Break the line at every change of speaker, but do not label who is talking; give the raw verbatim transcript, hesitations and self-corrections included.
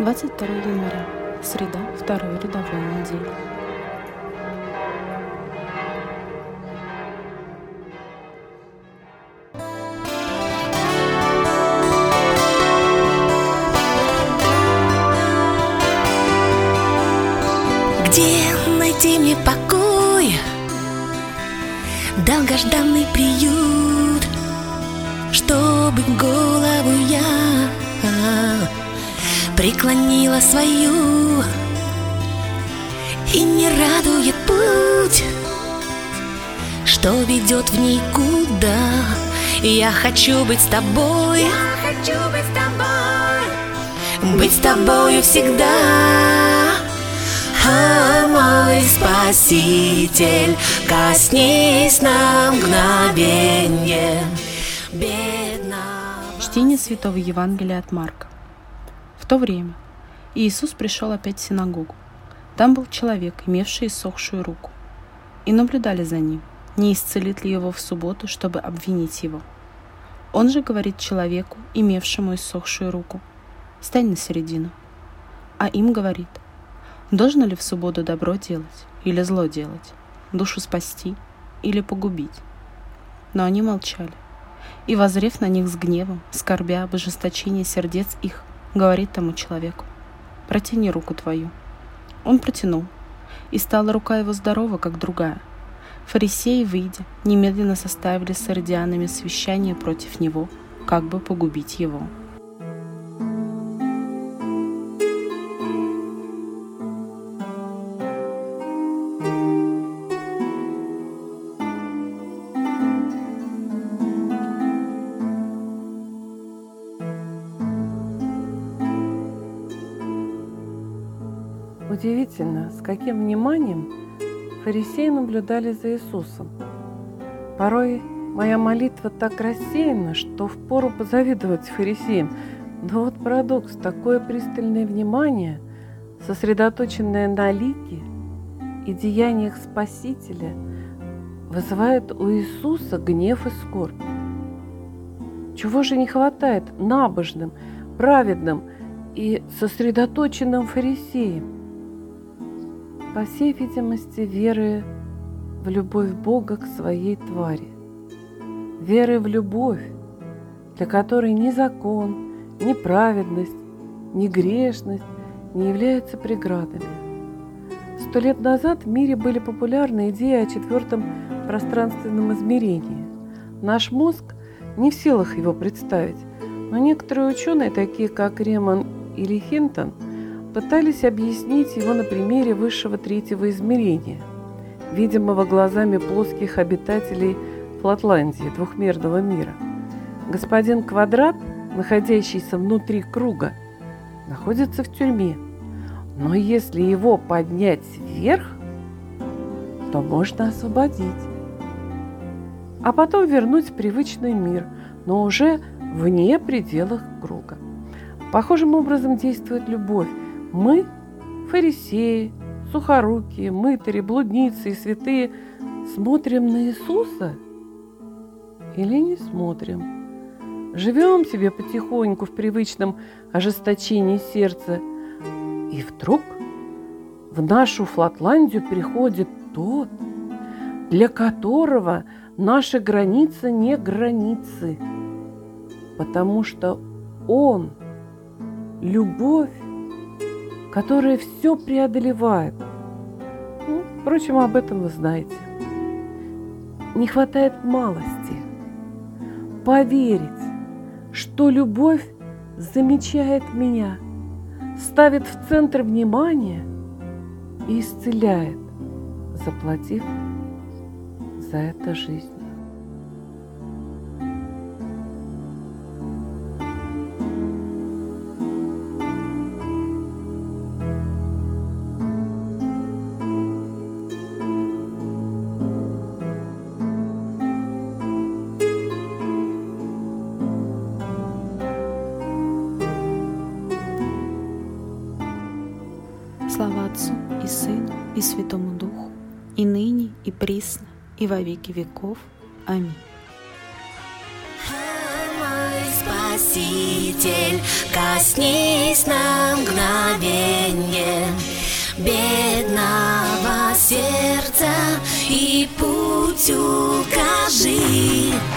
двадцать второго января, среда второй рядовой недели.
Где найти мне покой, долгожданный приют, чтобы голову я преклонила свою, и не радует путь, что ведет в никуда. Я хочу быть с тобой, я хочу быть с тобой, быть с тобою всегда. А мой Спаситель, коснись на мгновенье бедного.
Чтение Святого Евангелия от Марка. В то время Иисус пришел опять в синагогу. Там был человек, имевший иссохшую руку. И наблюдали за ним, не исцелит ли его в субботу, чтобы обвинить его. Он же говорит человеку, имевшему иссохшую руку: «Стань на середину». А им говорит: «Должно ли в субботу добро делать или зло делать, душу спасти или погубить?» Но они молчали. И, воззрев на них с гневом, скорбя об ожесточении сердец их, говорит тому человеку: «Протяни руку твою». Он протянул, и стала рука его здорова, как другая. Фарисеи, выйдя, немедленно составили с иродианами совещание против него, как бы погубить его.
Удивительно, с каким вниманием фарисеи наблюдали за Иисусом. Порой моя молитва так рассеяна, что впору позавидовать фарисеям. Но вот парадокс, такое пристальное внимание, сосредоточенное на лике и деяниях Спасителя, вызывает у Иисуса гнев и скорбь. Чего же не хватает набожным, праведным и сосредоточенным фарисеям? По всей видимости, веры в любовь Бога к своей твари. Веры в любовь, для которой ни закон, ни праведность, ни грешность не являются преградами. Сто лет назад в мире были популярны идеи о четвертом пространственном измерении. Наш мозг не в силах его представить, но некоторые ученые, такие как Реман или Хинтон, пытались объяснить его на примере высшего третьего измерения, видимого глазами плоских обитателей Флатландии, двухмерного мира. Господин Квадрат, находящийся внутри круга, находится в тюрьме, но если его поднять вверх, то можно освободить, а потом вернуть в привычный мир, но уже вне пределов круга. Похожим образом действует любовь. Мы, фарисеи, сухорукие, мытари, блудницы и святые, смотрим на Иисуса или не смотрим? Живем себе потихоньку в привычном ожесточении сердца, и вдруг в нашу Флатландию приходит тот, для которого наши границы не границы, потому что Он – любовь, которая все преодолевает. Ну, впрочем, об этом вы знаете. Не хватает малости поверить, что любовь замечает меня, ставит в центр внимания и исцеляет, заплатив за это жизнь.
Слава Отцу и Сыну и Святому Духу, и ныне, и присно, и во веки веков. Аминь.
Мой Спаситель, коснись на мгновенье бедного сердца и путь укажи.